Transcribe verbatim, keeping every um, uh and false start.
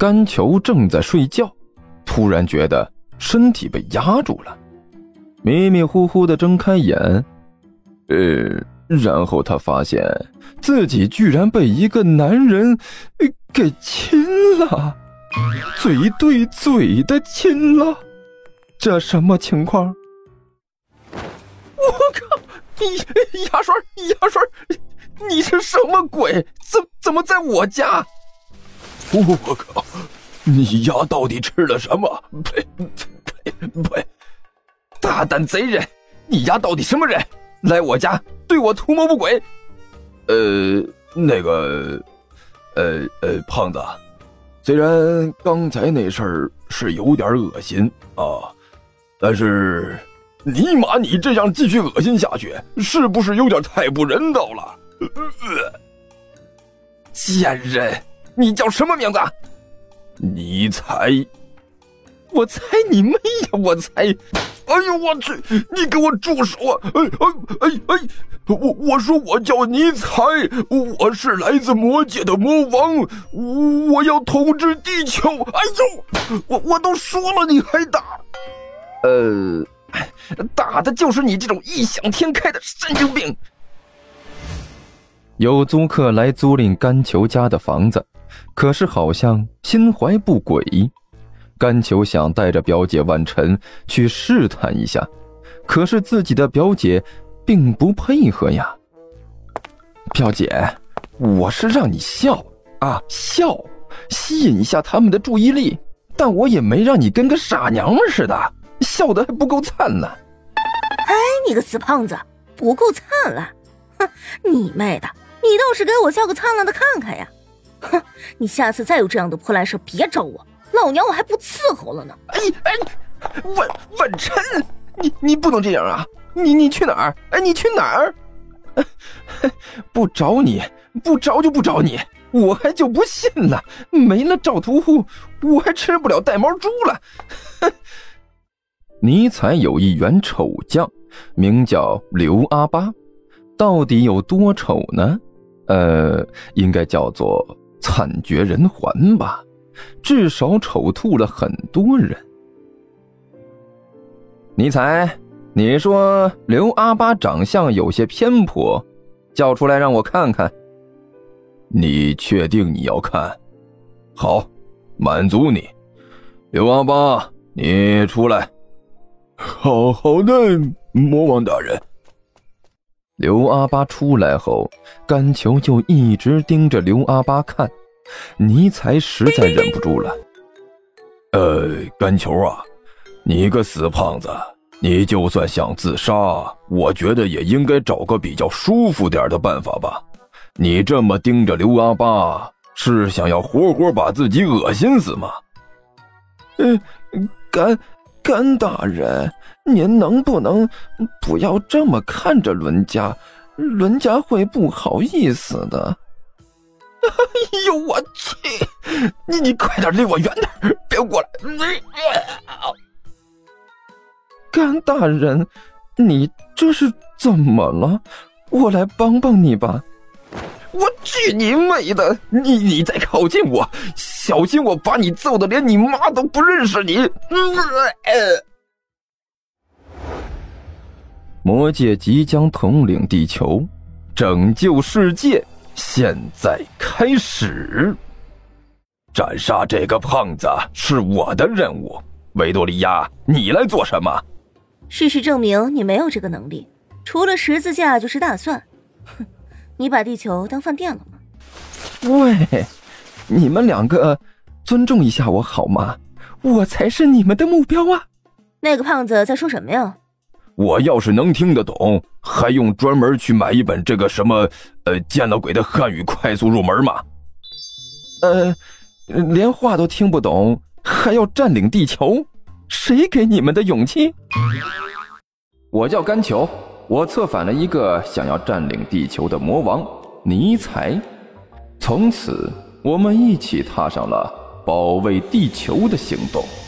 甘球正在睡觉，突然觉得身体被压住了，迷迷糊糊地睁开眼，呃，然后他发现自己居然被一个男人给亲了，嘴对嘴的亲了，这什么情况？我靠！你牙刷牙刷，你是什么鬼？怎怎么在我家？ 我靠！你丫到底吃了什么？呸呸呸！ 大胆贼人！你丫到底什么人？来我家对我图谋不轨？ 呃，那个，呃呃，胖子，虽然刚才那事儿是有点恶心啊，但是尼玛你这样继续恶心下去，是不是有点太不人道了？呃、 贱人！你叫什么名字？ 尼才。 我猜你妹呀！我猜！ 哎呦我去！你给我住手啊！哎哎哎哎！我我说我叫尼才，我是来自魔界的魔王，我要统治地球！哎呦，我我都说了你还打？ 呃，打的就是你这种异想天开的神经病。有租客来租赁甘球家的房子，可是好像心怀不轨。甘球想带着表姐万晨去试探一下，可是自己的表姐并不配合呀。表姐，我是让你笑啊笑，吸引一下他们的注意力，但我也没让你跟个傻娘们似的，笑得还不够灿烂。 哎，你个死胖子，不够灿烂？哼，你妹的！你倒是给我笑个灿烂的看看呀！哼，你下次再有这样的破烂事别找我，老娘我还不伺候了呢！ 哎哎，万万晨，你你不能这样啊！你你去哪儿？哎，你去哪儿？不找你，不找就不找你，我还就不信了，没了赵屠户，我还吃不了带毛猪了。尼采有一员丑将，名叫刘阿八，到底有多丑呢？呃，应该叫做惨绝人寰吧，至少丑吐了很多人。尼采，你说刘阿八长相有些偏颇，叫出来让我看看。 你确定你要看？好，满足你。刘阿八，你出来。好好的，魔王大人。 刘阿八出来后，甘球就一直盯着刘阿八看，尼采实在忍不住了。 呃，甘球啊，你个死胖子，你就算想自杀，我觉得也应该找个比较舒服点的办法吧。你这么盯着刘阿八，是想要活活把自己恶心死吗？ 嗯，甘甘大人，您能不能不要这么看着伦家，伦家会不好意思的。哎呦我去，你你快点离我远点，别过来。甘大人，你这是怎么了？我来帮帮你吧。我去你妹的，你你再靠近我，小心我把你揍得连你妈都不认识你。魔界即将统领地球，拯救世界现在开始。 斩杀这个胖子是我的任务，维多利亚，你来做什么？ 事实证明你没有这个能力，除了十字架就是大蒜。哼，你把地球当饭店了吗？喂，你们两个尊重一下我好吗？我才是你们的目标啊！那个胖子在说什么呀？ 我要是能听得懂，还用专门去买一本这个什么呃见了鬼的汉语快速入门吗？ 呃，连话都听不懂，还要占领地球？谁给你们的勇气？我叫甘球，我策反了一个想要占领地球的魔王尼采。从此，我们一起踏上了保卫地球的行动。